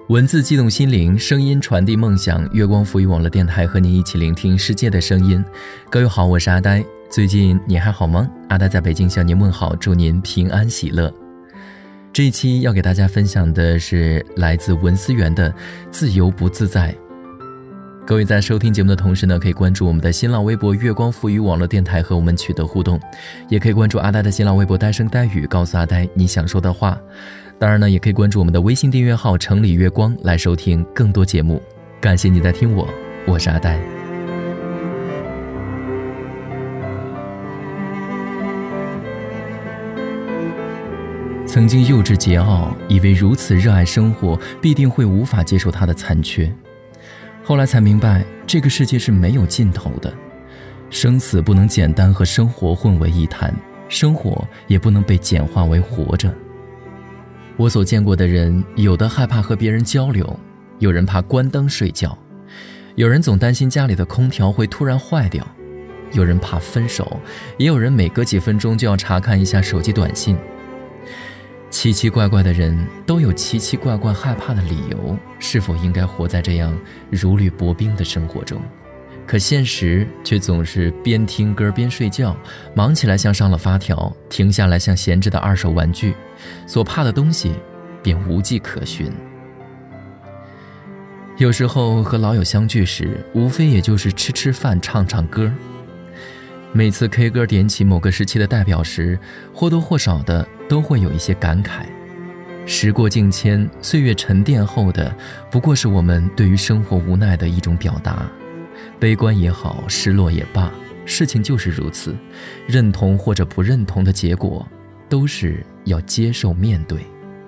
文字激动心灵，声音传递梦想。月光浮语网络电台和您一起聆听世界的声音。各位好，我是阿呆。最近你还好吗？阿呆在北京向您问好，祝您平安喜乐。这一期要给大家分享的是来自文思源的自由不自在。各位在收听节目的同时呢，可以关注我们的新浪微博月光浮语网络电台和我们取得互动，也可以关注阿呆的新浪微博呆声呆语，告诉阿呆你想说的话。当然呢，也可以关注我们的微信订阅号城里月光来收听更多节目。感谢你在听我，我是阿呆。曾经幼稚桀骜，以为如此热爱生活必定会无法接受它的残缺，后来才明白这个世界是没有尽头的，生死不能简单和生活混为一谈，生活也不能被简化为活着。我所见过的人，有的害怕和别人交流，有人怕关灯睡觉，有人总担心家里的空调会突然坏掉，有人怕分手，也有人每隔几分钟就要查看一下手机短信。奇奇怪怪的人都有奇奇怪怪害怕的理由，是否应该活在这样如履薄冰的生活中？可现实却总是边听歌边睡觉，忙起来像上了发条，停下来像闲置的二手玩具，所怕的东西便无迹可寻。有时候和老友相聚时，无非也就是吃饭唱歌。每次 K 歌点起某个时期的代表时，或多或少的都会有一些感慨。时过境迁，岁月沉淀后的不过是我们对于生活无奈的一种表达。悲观也好，失落也罢，事情就是如此，认同或者不认同的结果都是要接受面对。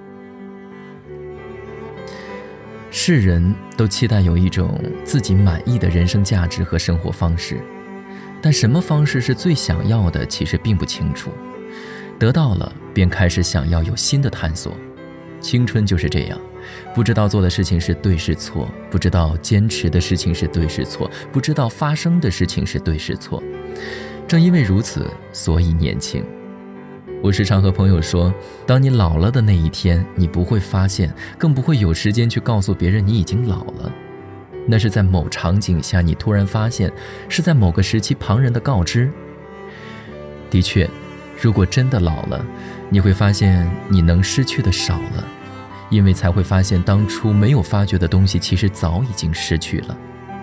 世人都期待有一种自己满意的人生价值和生活方式，但什么方式是最想要的，其实并不清楚。得到了，便开始想要有新的探索。青春就是这样，不知道做的事情是对是错，不知道坚持的事情是对是错，不知道发生的事情是对是错。正因为如此，所以年轻。我时常和朋友说，当你老了的那一天，你不会发现，更不会有时间去告诉别人你已经老了。那是在某场景下你突然发现，是在某个时期旁人的告知。的确，如果真的老了，你会发现你能失去的少了，因为才会发现当初没有发觉的东西其实早已经失去了。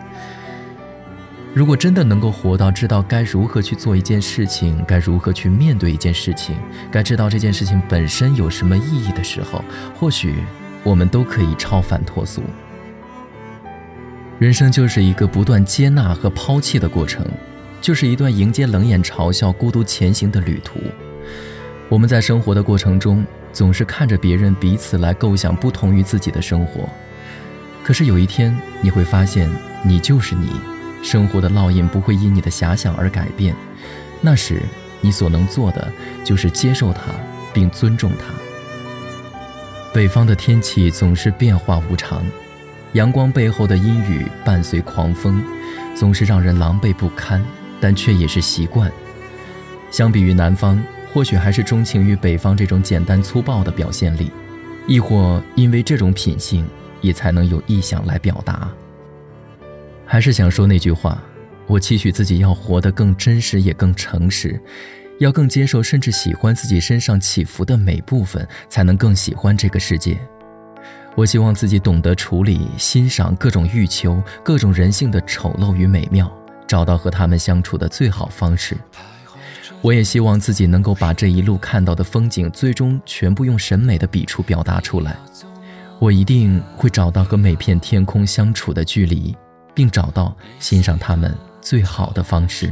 如果真的能够活到知道该如何去做一件事情，该如何去面对一件事情，该知道这件事情本身有什么意义的时候，或许我们都可以超凡脱俗。人生就是一个不断接纳和抛弃的过程，就是一段迎接冷眼嘲笑、孤独前行的旅途。我们在生活的过程中，总是看着别人彼此来构想不同于自己的生活。可是有一天，你会发现，你就是你，生活的烙印不会因你的遐想而改变。那时，你所能做的，就是接受它，并尊重它。北方的天气总是变化无常，阳光背后的阴雨伴随狂风，总是让人狼狈不堪，但却也是习惯。相比于南方，或许还是钟情于北方这种简单粗暴的表现力，亦或因为这种品性，也才能有意想来表达。还是想说那句话，我期许自己要活得更真实，也更诚实，要更接受甚至喜欢自己身上起伏的每部分，才能更喜欢这个世界。我希望自己懂得处理、欣赏各种欲求、各种人性的丑陋与美妙，找到和他们相处的最好方式。我也希望自己能够把这一路看到的风景，最终全部用审美的笔触表达出来。我一定会找到和每片天空相处的距离，并找到欣赏它们最好的方式。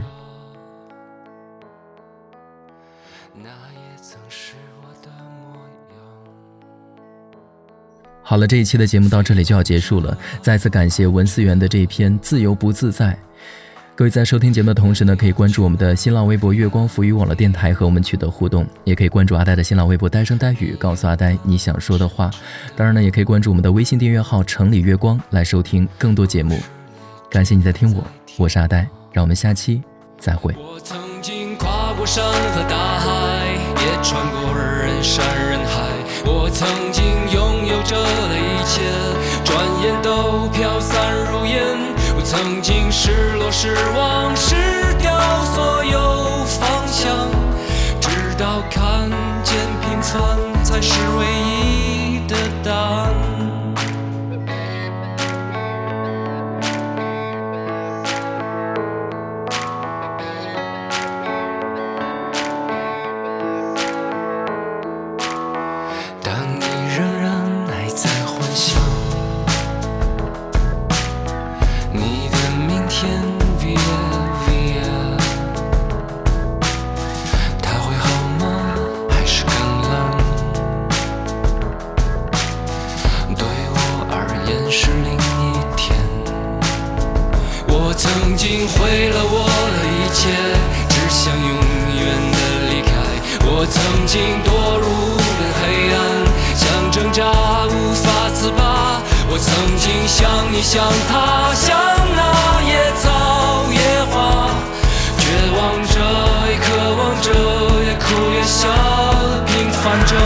好了，这一期的节目到这里就要结束了，再次感谢文思源的这一篇自由不自在。各位在收听节目的同时呢，可以关注我们的新浪微博月光浮语网络电台和我们取得互动，也可以关注阿呆的新浪微博呆声呆语，告诉阿呆你想说的话。当然呢，也可以关注我们的微信订阅号城里月光来收听更多节目。感谢你在听我，我是阿呆，让我们下期再会。 我曾经跨过山和大海，也穿过人山人海，我曾经拥有着的一切， 经失落失望失掉所有方向，直到看见平凡才是唯一的答案。但你仍然还在幻想你的明天 via 它会好吗？还是更冷？对我而言是另一天。我曾经毁了我的一切，只想永远的离开。我曾经堕入黑暗，想挣扎无法自拔。我曾经像你像他，像那野草野花，绝望着也渴望着，也哭也笑地平凡着。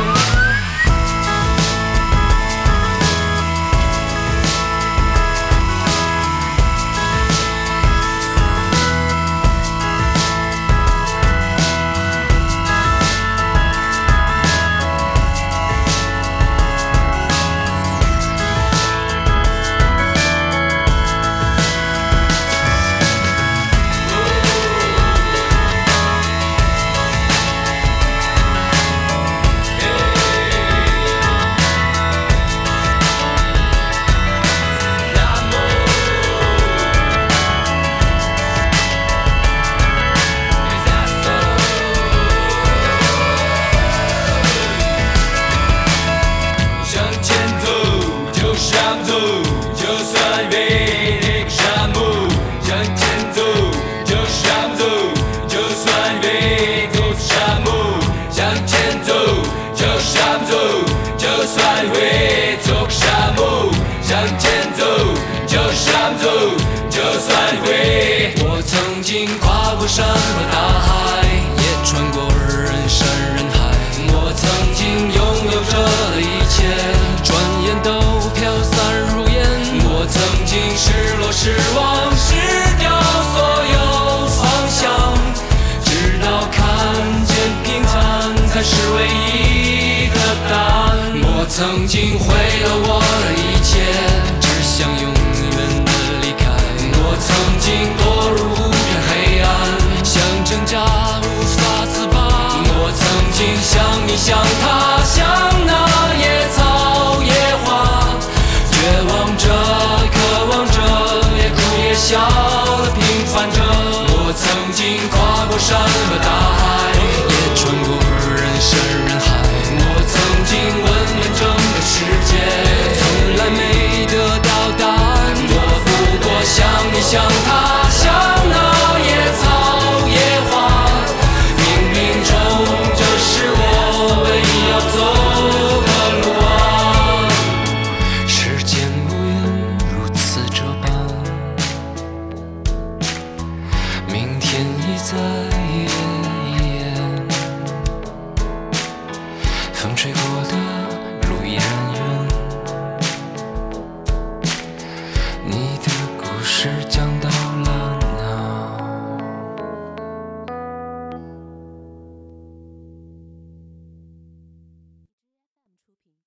我曾经跨过山和大海，也穿过人山人海。我曾经拥有着的一切，转眼都飘散如烟。我曾经失落失望失掉所有方向，直到看见平凡才是唯一的答案。我曾经毁了我的一切，只想永远的离开。我曾经堕入黑暗，想挣扎无法自拔。我曾经像你像他像